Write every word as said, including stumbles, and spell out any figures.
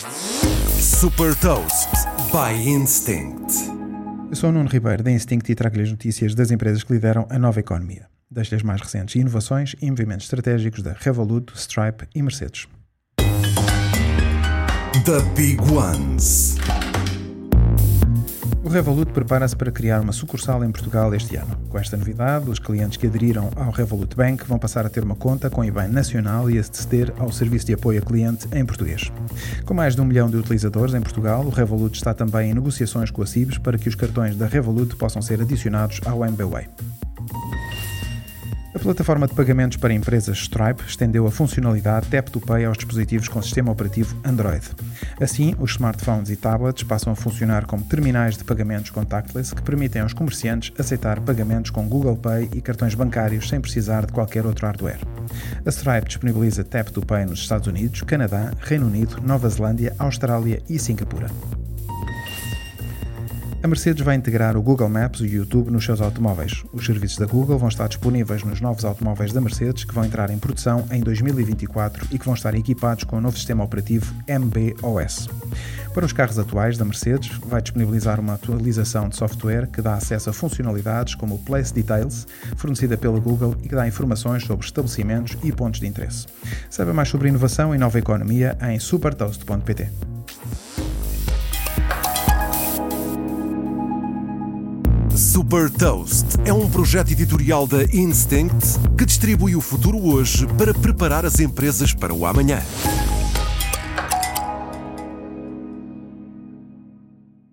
Super Toast by Instinct. Eu sou o Nuno Ribeiro da Instinct e trago-lhe as notícias das empresas que lideram a nova economia. Deixo-lhe as mais recentes inovações e movimentos estratégicos da Revolut, Stripe e Mercedes. The Big Ones. O Revolut prepara-se para criar uma sucursal em Portugal este ano. Com esta novidade, os clientes que aderiram ao Revolut Bank vão passar a ter uma conta com I B A N nacional e aceder ao serviço de apoio a cliente em português. Com mais de um milhão de utilizadores em Portugal, o Revolut está também em negociações com a Cibes para que os cartões da Revolut possam ser adicionados ao M B W A Y. A plataforma de pagamentos para empresas Stripe estendeu a funcionalidade Tap to Pay aos dispositivos com sistema operativo Android. Assim, os smartphones e tablets passam a funcionar como terminais de pagamentos contactless que permitem aos comerciantes aceitar pagamentos com Google Pay e cartões bancários sem precisar de qualquer outro hardware. A Stripe disponibiliza Tap to Pay nos Estados Unidos, Canadá, Reino Unido, Nova Zelândia, Austrália e Singapura. A Mercedes vai integrar o Google Maps e o YouTube nos seus automóveis. Os serviços da Google vão estar disponíveis nos novos automóveis da Mercedes que vão entrar em produção em dois mil e vinte e quatro e que vão estar equipados com o novo sistema operativo M B O S. Para os carros atuais da Mercedes, vai disponibilizar uma atualização de software que dá acesso a funcionalidades como o Place Details, fornecida pela Google e que dá informações sobre estabelecimentos e pontos de interesse. Saiba mais sobre inovação e nova economia em super toast ponto pt. Super Toast é um projeto editorial da Instinct que distribui o futuro hoje para preparar as empresas para o amanhã.